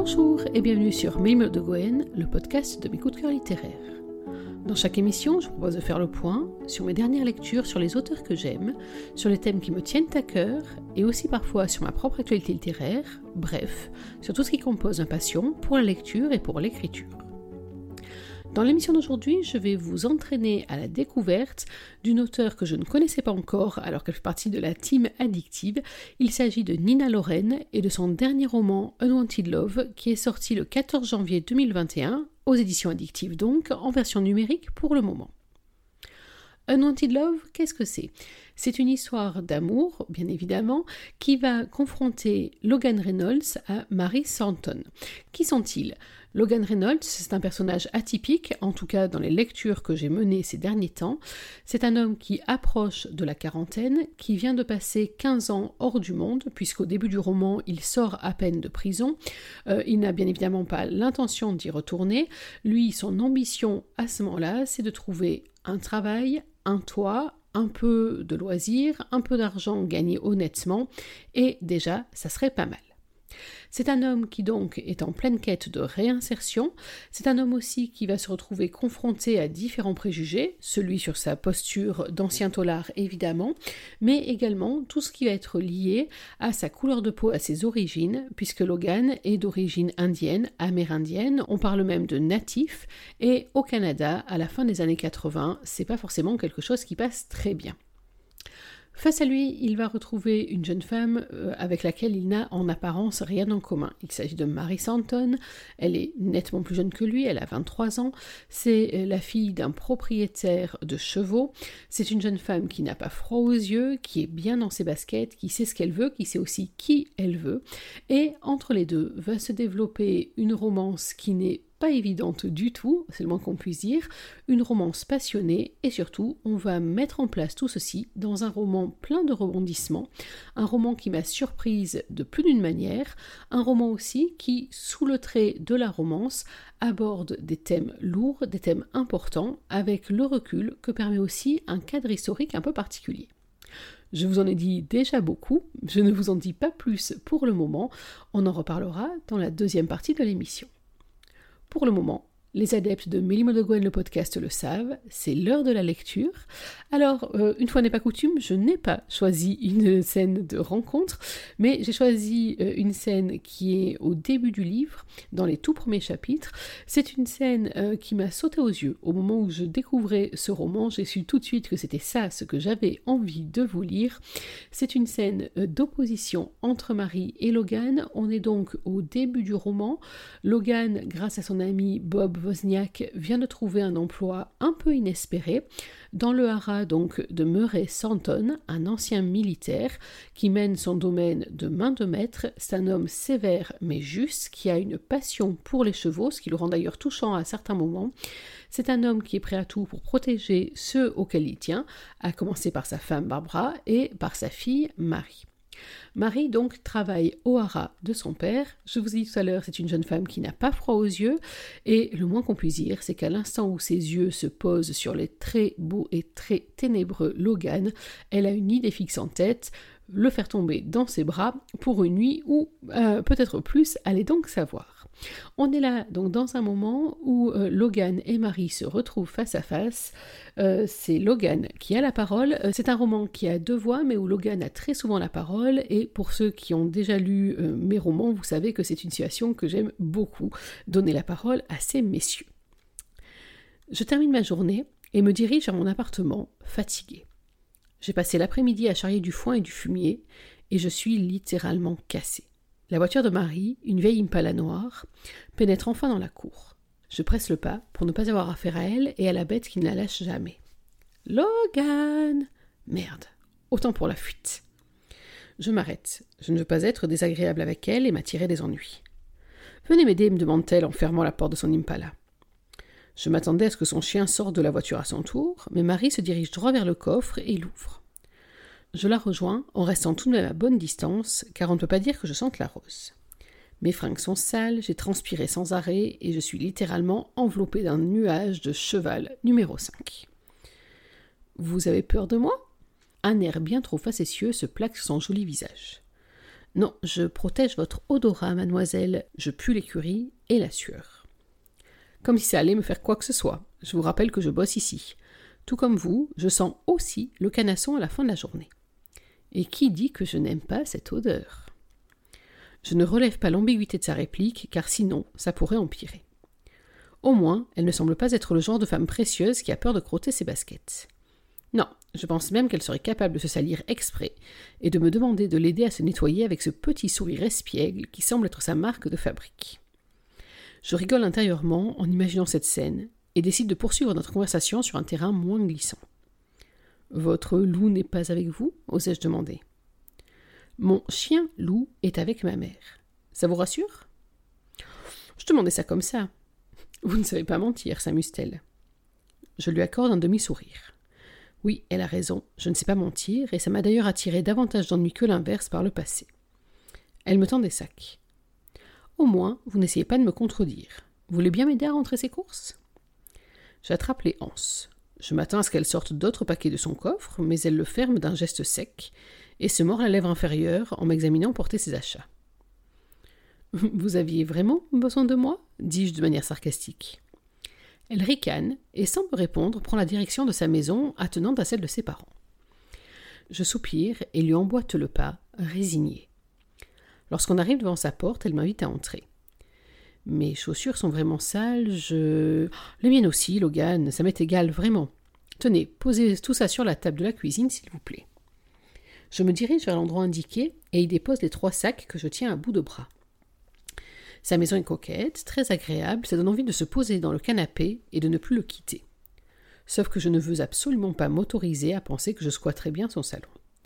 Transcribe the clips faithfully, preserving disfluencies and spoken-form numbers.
Bonjour et bienvenue sur Mes mots de Goën, le podcast de mes coups de cœur littéraires. Dans chaque émission, je vous propose de faire le point sur mes dernières lectures, sur les auteurs que j'aime, sur les thèmes qui me tiennent à cœur et aussi parfois sur ma propre actualité littéraire, bref, sur tout ce qui compose ma passion pour la lecture et pour l'écriture. Dans l'émission d'aujourd'hui, je vais vous entraîner à la découverte d'une auteure que je ne connaissais pas encore alors qu'elle fait partie de la team addictive. Il s'agit de Nina Loren et de son dernier roman Unwanted Love qui est sorti le quatorze janvier deux mille vingt et un, aux éditions addictives donc, en version numérique pour le moment. Unwanted Love, qu'est-ce que c'est ? C'est une histoire d'amour, bien évidemment, qui va confronter Logan Reynolds à Marie Stanton. Qui sont-ils ? Logan Reynolds, c'est un personnage atypique, en tout cas dans les lectures que j'ai menées ces derniers temps. C'est un homme qui approche de la quarantaine, qui vient de passer quinze ans hors du monde, puisqu'au début du roman, il sort à peine de prison. Euh, il n'a bien évidemment pas l'intention d'y retourner. Lui, son ambition à ce moment-là, c'est de trouver un travail, un toit, un peu de loisirs, un peu d'argent gagné honnêtement, et déjà, ça serait pas mal. C'est un homme qui donc est en pleine quête de réinsertion, c'est un homme aussi qui va se retrouver confronté à différents préjugés, celui sur sa posture d'ancien tôlard évidemment, mais également tout ce qui va être lié à sa couleur de peau, à ses origines, puisque Logan est d'origine indienne, amérindienne, on parle même de natif, et au Canada, à la fin des années quatre-vingts, c'est pas forcément quelque chose qui passe très bien. Face à lui, il va retrouver une jeune femme euh, avec laquelle il n'a en apparence rien en commun. Il s'agit de Marie Stanton, elle est nettement plus jeune que lui, elle a vingt-trois ans, c'est euh, la fille d'un propriétaire de chevaux, c'est une jeune femme qui n'a pas froid aux yeux, qui est bien dans ses baskets, qui sait ce qu'elle veut, qui sait aussi qui elle veut, et entre les deux va se développer une romance qui n'est pas évidente du tout, c'est le moins qu'on puisse dire, une romance passionnée et surtout on va mettre en place tout ceci dans un roman plein de rebondissements, un roman qui m'a surprise de plus d'une manière, un roman aussi qui, sous le trait de la romance, aborde des thèmes lourds, des thèmes importants, avec le recul que permet aussi un cadre historique un peu particulier. Je vous en ai dit déjà beaucoup, je ne vous en dis pas plus pour le moment, on en reparlera dans la deuxième partie de l'émission. Pour le moment, les adeptes de Mes mots de Goën, le podcast, le savent, c'est l'heure de la lecture. Alors, euh, une fois n'est pas coutume, je n'ai pas choisi une scène de rencontre, mais j'ai choisi euh, une scène qui est au début du livre, dans les tout premiers chapitres. C'est une scène euh, qui m'a sauté aux yeux. Au moment où je découvrais ce roman, j'ai su tout de suite que c'était ça ce que j'avais envie de vous lire. C'est une scène euh, d'opposition entre Marie et Logan. On est donc au début du roman. Logan, grâce à son ami Bob Wozniak, vient de trouver un emploi un peu inespéré dans le haras donc de Murray Stanton, un ancien militaire qui mène son domaine de main de maître. C'est un homme sévère mais juste qui a une passion pour les chevaux, ce qui le rend d'ailleurs touchant à certains moments. C'est un homme qui est prêt à tout pour protéger ceux auxquels il tient, à commencer par sa femme Barbara et par sa fille Marie. Marie donc travaille au haras de son père. Je vous ai dit tout à l'heure, c'est une jeune femme qui n'a pas froid aux yeux et le moins qu'on puisse dire, c'est qu'à l'instant où ses yeux se posent sur les très beaux et très ténébreux Logan, elle a une idée fixe en tête, le faire tomber dans ses bras pour une nuit ou euh, peut-être plus, allez donc savoir. On est là donc dans un moment où euh, Logan et Marie se retrouvent face à face. Euh, c'est Logan qui a la parole. Euh, c'est un roman qui a deux voix, mais où Logan a très souvent la parole. Et pour ceux qui ont déjà lu euh, mes romans, vous savez que c'est une situation que j'aime beaucoup, donner la parole à ces messieurs. Je termine ma journée et me dirige à mon appartement, fatiguée. J'ai passé l'après-midi à charrier du foin et du fumier, et je suis littéralement cassée. La voiture de Marie, une vieille Impala noire, pénètre enfin dans la cour. Je presse le pas pour ne pas avoir affaire à elle et à la bête qui ne la lâche jamais. « Logan !» Merde, autant pour la fuite. Je m'arrête. Je ne veux pas être désagréable avec elle et m'attirer des ennuis. « Venez m'aider » me demande-t-elle en fermant la porte de son Impala. Je m'attendais à ce que son chien sorte de la voiture à son tour, mais Marie se dirige droit vers le coffre et l'ouvre. Je la rejoins en restant tout de même à bonne distance, car on ne peut pas dire que je sente la rose. Mes fringues sont sales, j'ai transpiré sans arrêt et je suis littéralement enveloppée d'un nuage de cheval numéro cinq. « Vous avez peur de moi ?» Un air bien trop facétieux se plaque sur son joli visage. Non, je protège votre odorat, mademoiselle. Je pue l'écurie et la sueur. Comme si ça allait me faire quoi que ce soit. Je vous rappelle que je bosse ici. Tout comme vous, je sens aussi le canasson à la fin de la journée. Et qui dit que je n'aime pas cette odeur ? Je ne relève pas l'ambiguïté de sa réplique, car sinon, ça pourrait empirer. Au moins, elle ne semble pas être le genre de femme précieuse qui a peur de crotter ses baskets. Non, je pense même qu'elle serait capable de se salir exprès et de me demander de l'aider à se nettoyer avec ce petit sourire espiègle qui semble être sa marque de fabrique. Je rigole intérieurement en imaginant cette scène et décide de poursuivre notre conversation sur un terrain moins glissant. « Votre loup n'est pas avec vous ?» osais-je demander. « Mon chien loup est avec ma mère. Ça vous rassure ?» Je demandais ça comme ça. « Vous ne savez pas mentir, s'amuse-t-elle. » Je lui accorde un demi-sourire. Oui, elle a raison, je ne sais pas mentir, et ça m'a d'ailleurs attiré davantage d'ennuis que l'inverse par le passé. Elle me tend des sacs. « Au moins, vous n'essayez pas de me contredire. Vous voulez bien m'aider à rentrer ses courses ?» J'attrape les anses. Je m'attends à ce qu'elle sorte d'autres paquets de son coffre, mais elle le ferme d'un geste sec et se mord la lèvre inférieure en m'examinant porter ses achats. « Vous aviez vraiment besoin de moi ?» dis-je de manière sarcastique. Elle ricane et, sans me répondre, prend la direction de sa maison, attenante à celle de ses parents. Je soupire et lui emboîte le pas, résignée. Lorsqu'on arrive devant sa porte, elle m'invite à entrer. Mes chaussures sont vraiment sales, je... Les miennes aussi, Logan, ça m'est égal, vraiment. Tenez, posez tout ça sur la table de la cuisine, s'il vous plaît. Je me dirige vers l'endroit indiqué et y dépose les trois sacs que je tiens à bout de bras. Sa maison est coquette, très agréable, ça donne envie de se poser dans le canapé et de ne plus le quitter. Sauf que je ne veux absolument pas m'autoriser à penser que je squatterai bien son salon.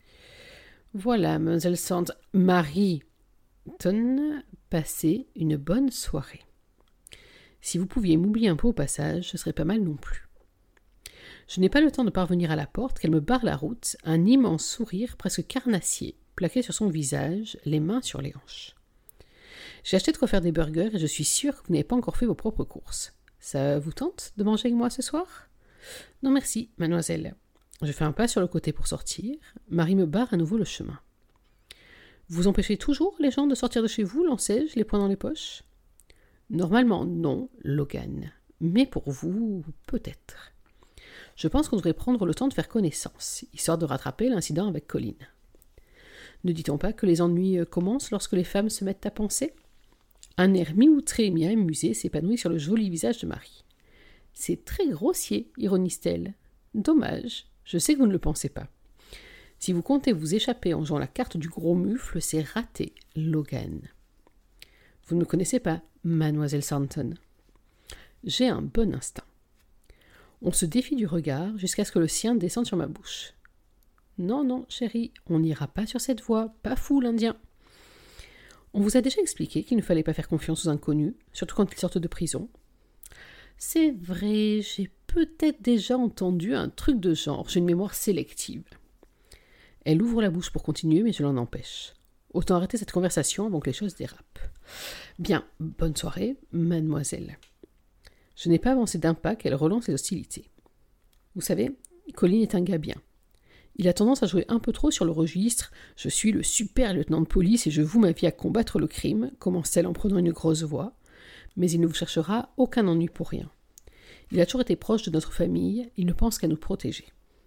Voilà, mademoiselle Sand, Marie, Ton, passez une bonne soirée. Si vous pouviez m'oublier un peu au passage, ce serait pas mal non plus. Je n'ai pas le temps de parvenir à la porte qu'elle me barre la route, un immense sourire presque carnassier plaqué sur son visage, les mains sur les hanches. J'ai acheté de quoi faire des burgers et je suis sûre que vous n'avez pas encore fait vos propres courses. Ça vous tente de manger avec moi ce soir ? Non merci, mademoiselle. Je fais un pas sur le côté pour sortir. Marie me barre à nouveau le chemin. Vous empêchez toujours les gens de sortir de chez vous, lançai-je, les poings dans les poches ? Normalement, non, Logan. Mais pour vous, peut-être. Je pense qu'on devrait prendre le temps de faire connaissance, histoire de rattraper l'incident avec Colin. Ne dit-on pas que les ennuis commencent lorsque les femmes se mettent à penser ? Un air mi-outré et mi-amusé s'épanouit sur le joli visage de Marie. « C'est très grossier, ironise-t-elle. Dommage, je sais que vous ne le pensez pas. Si vous comptez vous échapper en jouant la carte du gros mufle, c'est raté, Logan. Vous ne me connaissez pas, mademoiselle Santon. J'ai un bon instinct. » On se défie du regard jusqu'à ce que le sien descende sur ma bouche. « Non, non, chérie, on n'ira pas sur cette voie, pas fou l'Indien. » On vous a déjà expliqué qu'il ne fallait pas faire confiance aux inconnus, surtout quand ils sortent de prison. C'est vrai, j'ai peut-être déjà entendu un truc de genre, j'ai une mémoire sélective. Elle ouvre la bouche pour continuer, mais je l'en empêche. Autant arrêter cette conversation avant que les choses dérapent. Bien, bonne soirée, mademoiselle. Je n'ai pas avancé d'un pas qu'elle relance les hostilités. Vous savez, Colin est un gars bien. Il a tendance à jouer un peu trop sur le registre « Je suis le super lieutenant de police et je voue ma vie à combattre le crime », commence-t-elle en prenant une grosse voix, mais il ne vous cherchera aucun ennui pour rien. Il a toujours été proche de notre famille, il ne pense qu'à nous protéger.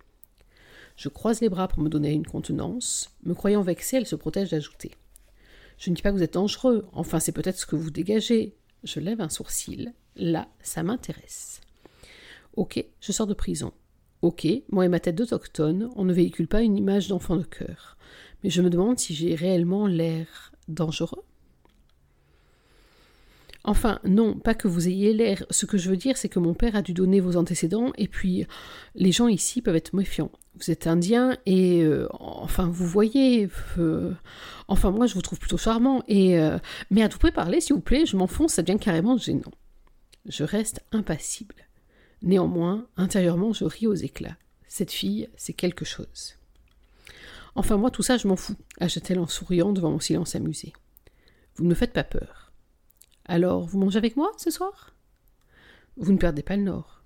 Je croise les bras pour me donner une contenance, me croyant vexée, elle se protège d'ajouter. Je ne dis pas que vous êtes dangereux, enfin c'est peut-être ce que vous dégagez. Je lève un sourcil, là, ça m'intéresse. Ok, je sors de prison. Ok, moi et ma tête d'autochtone, on ne véhicule pas une image d'enfant de cœur. Mais je me demande si j'ai réellement l'air dangereux. Enfin, non, pas que vous ayez l'air. Ce que je veux dire, c'est que mon père a dû donner vos antécédents, et puis les gens ici peuvent être méfiants. Vous êtes indien, et euh, enfin, vous voyez... Euh, enfin, moi, je vous trouve plutôt charmant, et... Euh, merde, vous pouvez parler, s'il vous plaît, je m'enfonce, ça devient carrément gênant. Je reste impassible. Néanmoins, intérieurement, je ris aux éclats. Cette fille, c'est quelque chose. Enfin, moi, tout ça, je m'en fous, achète-t-elle en souriant devant mon silence amusé. Vous ne me faites pas peur. Alors, vous mangez avec moi, ce soir ? Vous ne perdez pas le nord.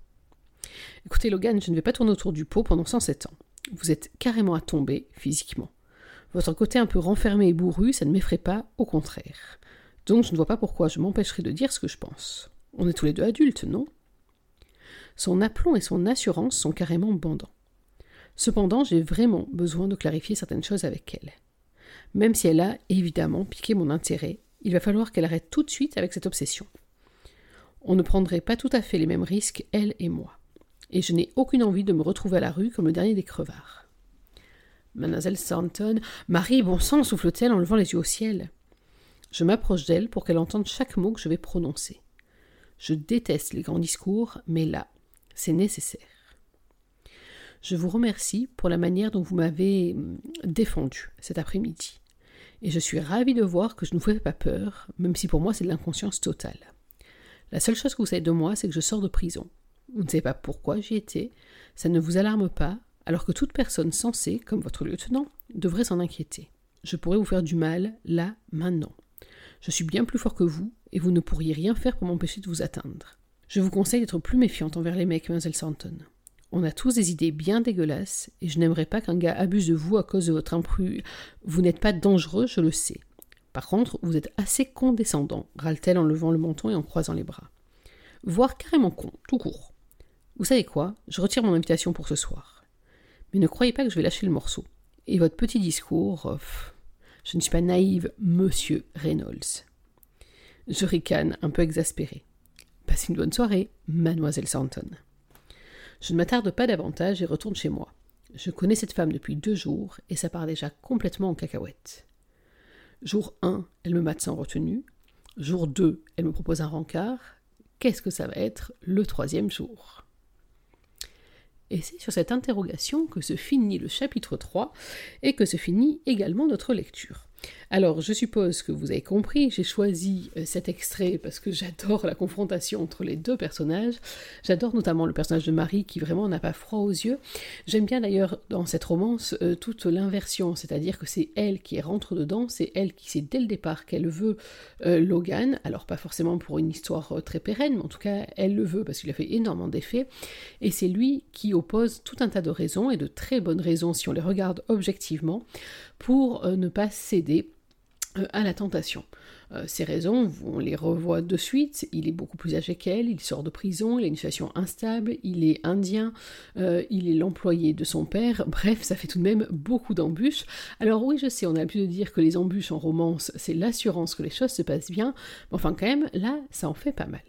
Écoutez, Logan, je ne vais pas tourner autour du pot pendant cent sept ans. Vous êtes carrément à tomber, physiquement. Votre côté un peu renfermé et bourru, ça ne m'effraie pas, au contraire. Donc je ne vois pas pourquoi je m'empêcherai de dire ce que je pense. On est tous les deux adultes, non ? Son aplomb et son assurance sont carrément bandants. Cependant, j'ai vraiment besoin de clarifier certaines choses avec elle. Même si elle a évidemment piqué mon intérêt, il va falloir qu'elle arrête tout de suite avec cette obsession. On ne prendrait pas tout à fait les mêmes risques, elle et moi. Et je n'ai aucune envie de me retrouver à la rue comme le dernier des crevards. Mademoiselle Thornton, Marie, bon sang, souffle-t-elle en levant les yeux au ciel. Je m'approche d'elle pour qu'elle entende chaque mot que je vais prononcer. Je déteste les grands discours, mais là, c'est nécessaire. Je vous remercie pour la manière dont vous m'avez défendue cet après-midi. Et je suis ravie de voir que je ne vous fais pas peur, même si pour moi c'est de l'inconscience totale. La seule chose que vous savez de moi, c'est que je sors de prison. Vous ne savez pas pourquoi j'y étais, ça ne vous alarme pas, alors que toute personne sensée, comme votre lieutenant, devrait s'en inquiéter. Je pourrais vous faire du mal, là, maintenant. Je suis bien plus fort que vous, et vous ne pourriez rien faire pour m'empêcher de vous atteindre. Je vous conseille d'être plus méfiante envers les mecs, mademoiselle Thornton. On a tous des idées bien dégueulasses, et je n'aimerais pas qu'un gars abuse de vous à cause de votre impru... Vous n'êtes pas dangereux, je le sais. Par contre, vous êtes assez condescendant, râle-t-elle en levant le menton et en croisant les bras. Voire carrément con, tout court. Vous savez quoi ? Je retire mon invitation pour ce soir. Mais ne croyez pas que je vais lâcher le morceau. Et votre petit discours... Euh, je ne suis pas naïve, monsieur Reynolds. Je ricane, un peu exaspérée. Passez une bonne soirée, mademoiselle Thornton. Je ne m'attarde pas davantage et retourne chez moi. Je connais cette femme depuis deux jours et ça part déjà complètement en cacahuète. Jour un, elle me mate sans retenue. Jour deux, elle me propose un rencard. Qu'est-ce que ça va être le troisième jour ? Et c'est sur cette interrogation que se finit le chapitre trois et que se finit également notre lecture. Alors, je suppose que vous avez compris, j'ai choisi cet extrait parce que j'adore la confrontation entre les deux personnages. J'adore notamment le personnage de Marie qui vraiment n'a pas froid aux yeux. J'aime bien d'ailleurs dans cette romance euh, toute l'inversion, c'est-à-dire que c'est elle qui rentre dedans, c'est elle qui sait dès le départ qu'elle veut euh, Logan, alors pas forcément pour une histoire euh, très pérenne, mais en tout cas elle le veut parce qu'il a fait énormément d'effets, et c'est lui qui oppose tout un tas de raisons, et de très bonnes raisons si on les regarde objectivement, pour euh, ne pas céder à la tentation. Euh, ces raisons, on les revoit de suite, il est beaucoup plus âgé qu'elle, il sort de prison, il a une situation instable, il est indien, euh, il est l'employé de son père, bref, ça fait tout de même beaucoup d'embûches. Alors oui, je sais, on a l'habitude de dire que les embûches en romance, c'est l'assurance que les choses se passent bien, mais enfin quand même, là, ça en fait pas mal.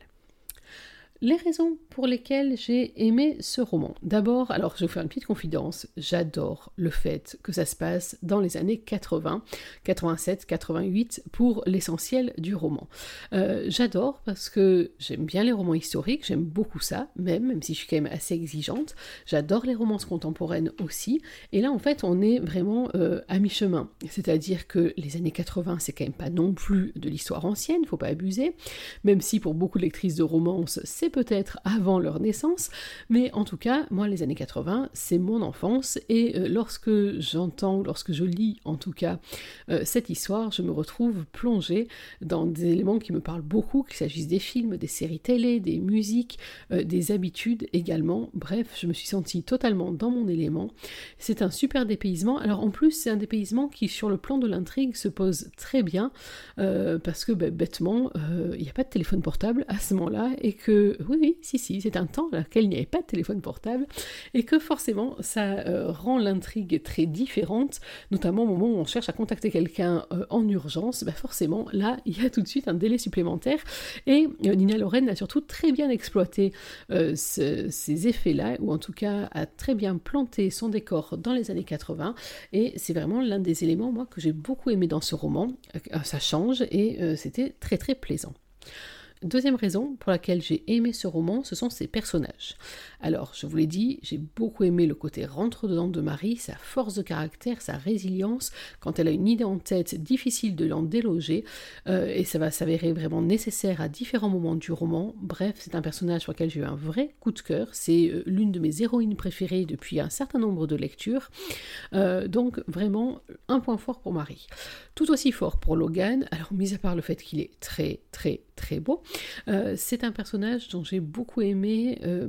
Les raisons pour lesquelles j'ai aimé ce roman. D'abord, alors je vais vous faire une petite confidence, j'adore le fait que ça se passe dans les années quatre-vingts, quatre-vingt-sept, quatre-vingt-huit pour l'essentiel du roman. Euh, j'adore parce que j'aime bien les romans historiques, j'aime beaucoup ça, même, même si je suis quand même assez exigeante. J'adore les romances contemporaines aussi, et là en fait on est vraiment euh, à mi-chemin. C'est-à-dire que les années quatre-vingts c'est quand même pas non plus de l'histoire ancienne, faut pas abuser, même si pour beaucoup de lectrices de romances c'est peut-être avant leur naissance, mais en tout cas, moi, les années quatre-vingts, c'est mon enfance, et euh, lorsque j'entends, lorsque je lis, en tout cas, euh, cette histoire, je me retrouve plongée dans des éléments qui me parlent beaucoup, qu'il s'agisse des films, des séries télé, des musiques, euh, des habitudes également, bref, je me suis sentie totalement dans mon élément. C'est un super dépaysement, alors en plus, c'est un dépaysement qui, sur le plan de l'intrigue, se pose très bien, euh, parce que, bah, bêtement, il euh, n'y a pas de téléphone portable à ce moment-là, et que oui, oui, si, si, c'est un temps dans lequel il n'y avait pas de téléphone portable, et que forcément, ça euh, rend l'intrigue très différente, notamment au moment où on cherche à contacter quelqu'un euh, en urgence, bah forcément, là, il y a tout de suite un délai supplémentaire, et euh, Nina Loren a surtout très bien exploité euh, ce, ces effets-là, ou en tout cas a très bien planté son décor dans les années quatre-vingts, et c'est vraiment l'un des éléments, moi, que j'ai beaucoup aimé dans ce roman. Euh, ça change, et euh, c'était très très plaisant. Deuxième raison pour laquelle j'ai aimé ce roman, ce sont ses personnages. Alors, je vous l'ai dit, j'ai beaucoup aimé le côté rentre-dedans de Marie, sa force de caractère, sa résilience, quand elle a une idée en tête, difficile de l'en déloger, euh, et ça va s'avérer vraiment nécessaire à différents moments du roman. Bref, c'est un personnage sur lequel j'ai eu un vrai coup de cœur, c'est euh, l'une de mes héroïnes préférées depuis un certain nombre de lectures, euh, donc vraiment un point fort pour Marie. Tout aussi fort pour Logan, alors mis à part le fait qu'il est très très très beau, euh, c'est un personnage dont j'ai beaucoup aimé euh,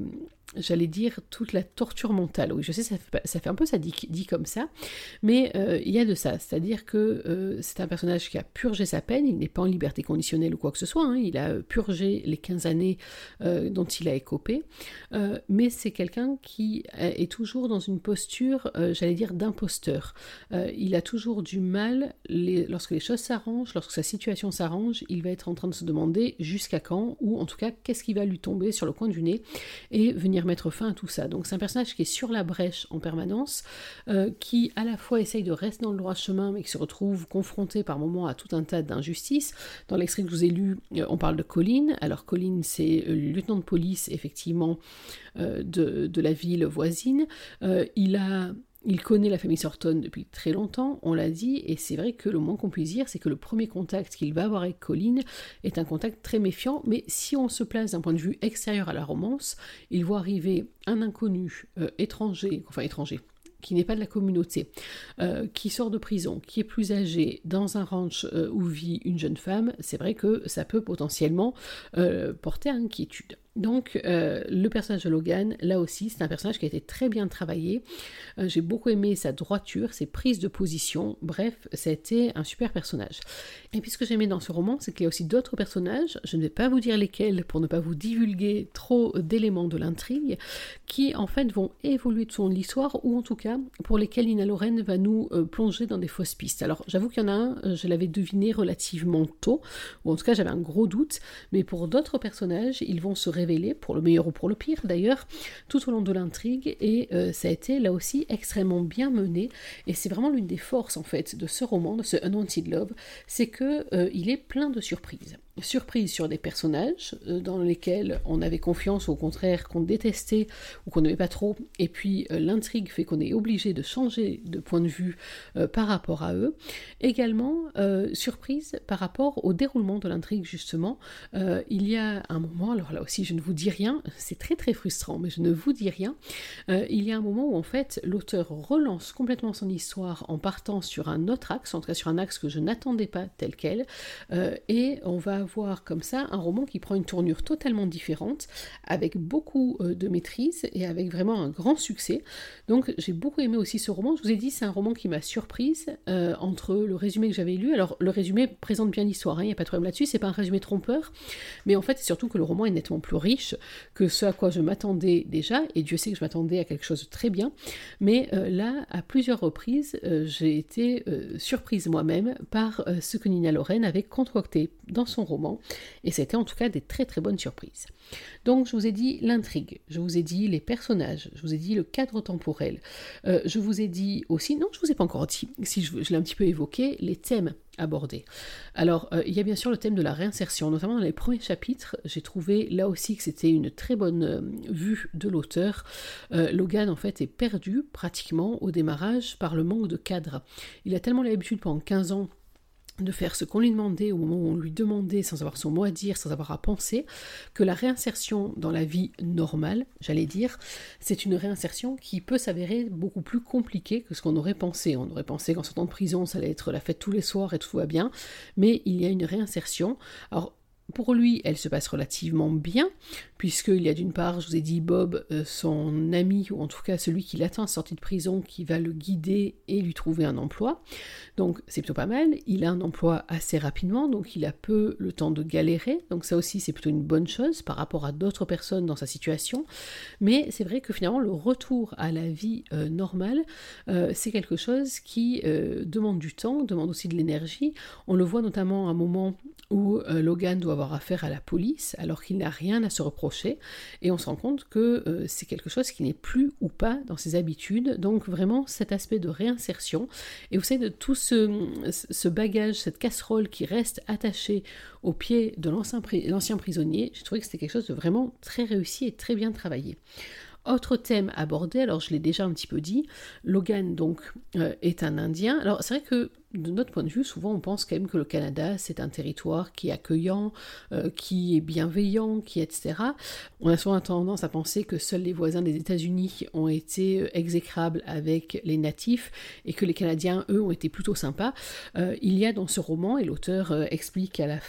j'allais dire, toute la torture mentale. Oui, je sais, ça fait, ça fait un peu ça dit, dit comme ça, mais euh, il y a de ça, c'est-à-dire que euh, c'est un personnage qui a purgé sa peine, il n'est pas en liberté conditionnelle ou quoi que ce soit, hein, il a purgé les quinze années euh, dont il a écopé, euh, mais c'est quelqu'un qui est toujours dans une posture, euh, j'allais dire, d'imposteur. Euh, il a toujours du mal, les, lorsque les choses s'arrangent, lorsque sa situation s'arrange, il va être en train de se demander jusqu'à quand, ou en tout cas, qu'est-ce qui va lui tomber sur le coin du nez, et venir mettre fin à tout ça. Donc c'est un personnage qui est sur la brèche en permanence, euh, qui à la fois essaye de rester dans le droit chemin, mais qui se retrouve confronté par moments à tout un tas d'injustices. Dans l'extrait que je vous ai lu, euh, on parle de Colin. Alors Colin, c'est le lieutenant de police, effectivement, euh, de, de la ville voisine. Euh, il a... Il connaît la famille Sorton depuis très longtemps, on l'a dit, et c'est vrai que le moins qu'on puisse dire, c'est que le premier contact qu'il va avoir avec Colin est un contact très méfiant, mais si on se place d'un point de vue extérieur à la romance, il voit arriver un inconnu, euh, étranger, enfin étranger, qui n'est pas de la communauté, euh, qui sort de prison, qui est plus âgé, dans un ranch euh, où vit une jeune femme, c'est vrai que ça peut potentiellement euh, porter à inquiétude. Donc, euh, le personnage de Logan, là aussi, c'est un personnage qui a été très bien travaillé. Euh, j'ai beaucoup aimé sa droiture, ses prises de position. Bref, ça a été un super personnage. Et puis, ce que j'aimais dans ce roman, c'est qu'il y a aussi d'autres personnages. Je ne vais pas vous dire lesquels pour ne pas vous divulguer trop d'éléments de l'intrigue, qui en fait vont évoluer tout au long de l'histoire, ou en tout cas pour lesquels Nina Loren va nous euh, plonger dans des fausses pistes. Alors, j'avoue qu'il y en a un, je l'avais deviné relativement tôt, ou en tout cas j'avais un gros doute, mais pour d'autres personnages, ils vont se révéler, pour le meilleur ou pour le pire d'ailleurs, tout au long de l'intrigue, et euh, ça a été là aussi extrêmement bien mené, et c'est vraiment l'une des forces en fait de ce roman, de ce Unwanted Love, c'est que euh, il est plein de surprises. Surprise sur des personnages euh, dans lesquels on avait confiance ou au contraire qu'on détestait ou qu'on n'aimait pas trop, et puis euh, l'intrigue fait qu'on est obligé de changer de point de vue euh, par rapport à eux. Également, euh, surprise par rapport au déroulement de l'intrigue justement. Euh, il y a un moment, alors là aussi je ne vous dis rien, c'est très très frustrant, mais je ne vous dis rien, euh, il y a un moment où en fait l'auteur relance complètement son histoire en partant sur un autre axe, en tout cas sur un axe que je n'attendais pas tel quel, euh, et on va voir comme ça un roman qui prend une tournure totalement différente, avec beaucoup euh, de maîtrise et avec vraiment un grand succès. Donc j'ai beaucoup aimé aussi ce roman. Je vous ai dit, c'est un roman qui m'a surprise euh, entre le résumé que j'avais lu. Alors le résumé présente bien l'histoire, il hein, n'y a pas de problème là-dessus, c'est pas un résumé trompeur, mais en fait c'est surtout que le roman est nettement plus riche que ce à quoi je m'attendais déjà, et Dieu sait que je m'attendais à quelque chose de très bien, mais euh, là, à plusieurs reprises, euh, j'ai été euh, surprise moi-même par euh, ce que Nina Loren avait concocté dans son roman, et ça a été en tout cas des très très bonnes surprises. Donc je vous ai dit l'intrigue, je vous ai dit les personnages, je vous ai dit le cadre temporel, euh, je vous ai dit aussi, non je vous ai pas encore dit, si je, je l'ai un petit peu évoqué, les thèmes abordés. Alors euh, il y a bien sûr le thème de la réinsertion, notamment dans les premiers chapitres, j'ai trouvé là aussi que c'était une très bonne euh, vue de l'auteur. Euh, Logan en fait est perdu pratiquement au démarrage par le manque de cadre. Il a tellement l'habitude pendant quinze ans de faire ce qu'on lui demandait au moment où on lui demandait sans avoir son mot à dire, sans avoir à penser, que la réinsertion dans la vie normale, j'allais dire, c'est une réinsertion qui peut s'avérer beaucoup plus compliquée que ce qu'on aurait pensé. On aurait pensé qu'en sortant de prison, ça allait être la fête tous les soirs et tout va bien, mais il y a une réinsertion. Alors, pour lui, elle se passe relativement bien, puisqu'il y a d'une part, je vous ai dit, Bob, euh, son ami, ou en tout cas celui qui l'attend à sortie de prison, qui va le guider et lui trouver un emploi. Donc c'est plutôt pas mal, il a un emploi assez rapidement, donc il a peu le temps de galérer, donc ça aussi c'est plutôt une bonne chose par rapport à d'autres personnes dans sa situation, mais c'est vrai que finalement le retour à la vie euh, normale, euh, c'est quelque chose qui euh, demande du temps, demande aussi de l'énergie. On le voit notamment à un moment où euh, Logan doit avoir affaire à la police alors qu'il n'a rien à se reprocher, et on se rend compte que euh, c'est quelque chose qui n'est plus ou pas dans ses habitudes. Donc vraiment cet aspect de réinsertion, et vous savez, de tout ce, ce bagage, cette casserole qui reste attachée au pied de l'ancien, l'ancien prisonnier, j'ai trouvé que c'était quelque chose de vraiment très réussi et très bien travaillé. Autre thème abordé, alors je l'ai déjà un petit peu dit, Logan donc euh, est un Indien. Alors c'est vrai que de notre point de vue, souvent on pense quand même que le Canada c'est un territoire qui est accueillant, euh, qui est bienveillant, qui et cetera. On a souvent tendance à penser que seuls les voisins des États-Unis ont été exécrables avec les natifs et que les Canadiens, eux, ont été plutôt sympas. Euh, il y a dans ce roman, et l'auteur euh, explique à la fin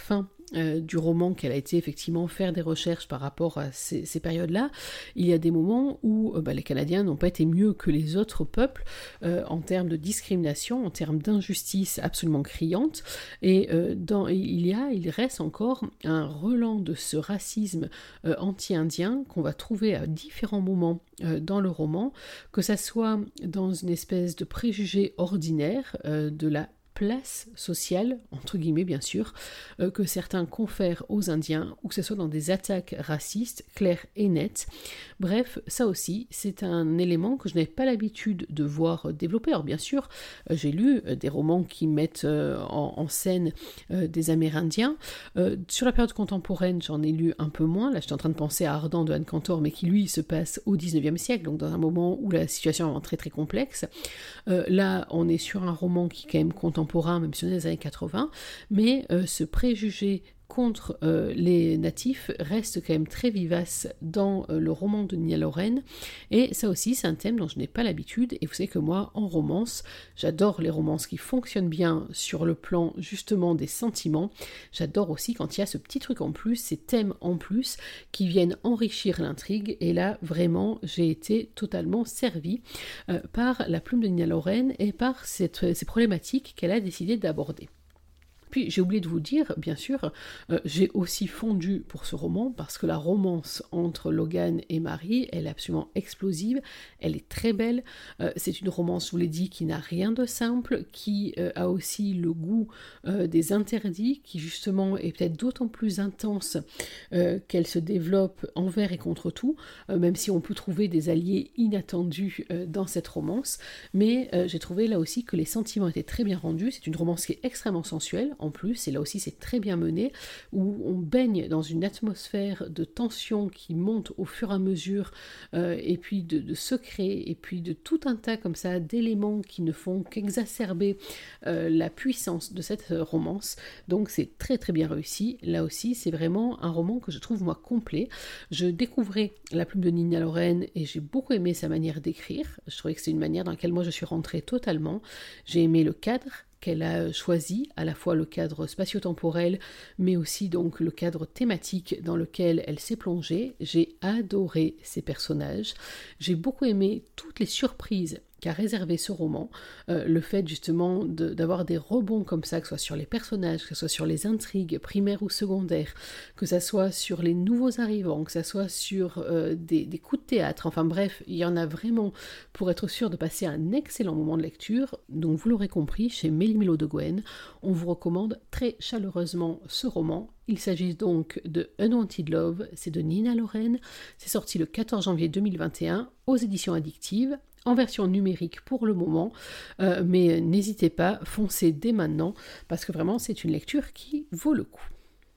euh, du roman qu'elle a été effectivement faire des recherches par rapport à ces, ces périodes-là, il y a des moments où euh, bah, les Canadiens n'ont pas été mieux que les autres peuples euh, en termes de discrimination, en termes d'injustice absolument criante, et euh, dans, il y a, il reste encore un relent de ce racisme euh, anti-indien qu'on va trouver à différents moments euh, dans le roman, que ça soit dans une espèce de préjugé ordinaire euh, de la place sociale, entre guillemets bien sûr, euh, que certains confèrent aux Indiens, ou que ce soit dans des attaques racistes claires et nettes. Bref, ça aussi, c'est un élément que je n'avais pas l'habitude de voir développer. Alors bien sûr, euh, j'ai lu euh, des romans qui mettent euh, en, en scène euh, des Amérindiens. Euh, sur la période contemporaine, j'en ai lu un peu moins. Là, j'étais en train de penser à Ardent de Anne Cantor, mais qui lui se passe au dix-neuvième siècle, donc dans un moment où la situation est vraiment très très complexe. Euh, là, on est sur un roman qui est quand même contemporain, même si on est dans les années quatre-vingts, mais euh, ce préjugé contre euh, les natifs reste quand même très vivace dans euh, le roman de Nina Loren, et ça aussi c'est un thème dont je n'ai pas l'habitude, et vous savez que moi en romance, j'adore les romances qui fonctionnent bien sur le plan justement des sentiments, j'adore aussi quand il y a ce petit truc en plus, ces thèmes en plus qui viennent enrichir l'intrigue, et là vraiment j'ai été totalement servie euh, par la plume de Nina Loren et par cette, ces problématiques qu'elle a décidé d'aborder. Puis j'ai oublié de vous dire, bien sûr, euh, j'ai aussi fondu pour ce roman parce que la romance entre Logan et Marie, elle est absolument explosive, elle est très belle, euh, c'est une romance, je vous l'ai dit, qui n'a rien de simple, qui euh, a aussi le goût euh, des interdits, qui justement est peut-être d'autant plus intense euh, qu'elle se développe envers et contre tout, euh, même si on peut trouver des alliés inattendus euh, dans cette romance, mais euh, j'ai trouvé là aussi que les sentiments étaient très bien rendus, c'est une romance qui est extrêmement sensuelle, en plus, et là aussi c'est très bien mené, où on baigne dans une atmosphère de tension qui monte au fur et à mesure, euh, et puis de, de secrets, et puis de tout un tas comme ça d'éléments qui ne font qu'exacerber euh, la puissance de cette romance, donc c'est très très bien réussi. Là aussi c'est vraiment un roman que je trouve moi complet. Je découvrais la plume de Nina Loren et j'ai beaucoup aimé sa manière d'écrire, je trouvais que c'est une manière dans laquelle moi je suis rentrée totalement, j'ai aimé le cadre qu'elle a choisi, à la fois le cadre spatio-temporel, mais aussi donc le cadre thématique dans lequel elle s'est plongée. J'ai adoré ces personnages, j'ai beaucoup aimé toutes les surprises qu'a réservé ce roman, euh, le fait justement de, d'avoir des rebonds comme ça, que ce soit sur les personnages, que ce soit sur les intrigues primaires ou secondaires, que ce soit sur les nouveaux arrivants, que ce soit sur euh, des, des coups de théâtre, enfin bref, il y en a vraiment pour être sûr de passer un excellent moment de lecture. Donc vous l'aurez compris, chez Méli-Mélo de Gouin, on vous recommande très chaleureusement ce roman. Il s'agit donc de Unwanted Love, c'est de Nina Loren, c'est sorti le quatorze janvier deux mille vingt et un aux éditions Addictive, en version numérique pour le moment, euh, mais n'hésitez pas, foncez dès maintenant, parce que vraiment c'est une lecture qui vaut le coup.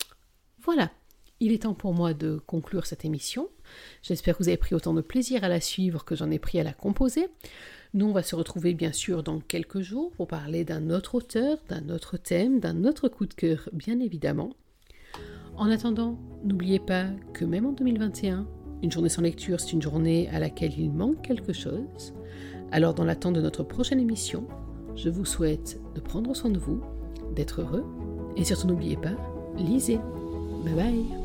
Voilà, il est temps pour moi de conclure cette émission. J'espère que vous avez pris autant de plaisir à la suivre que j'en ai pris à la composer. Nous, on va se retrouver bien sûr dans quelques jours pour parler d'un autre auteur, d'un autre thème, d'un autre coup de cœur, bien évidemment. En attendant, n'oubliez pas que même en deux mille vingt et un, une journée sans lecture, c'est une journée à laquelle il manque quelque chose. Alors, dans l'attente de notre prochaine émission, je vous souhaite de prendre soin de vous, d'être heureux, et surtout n'oubliez pas, lisez. Bye bye.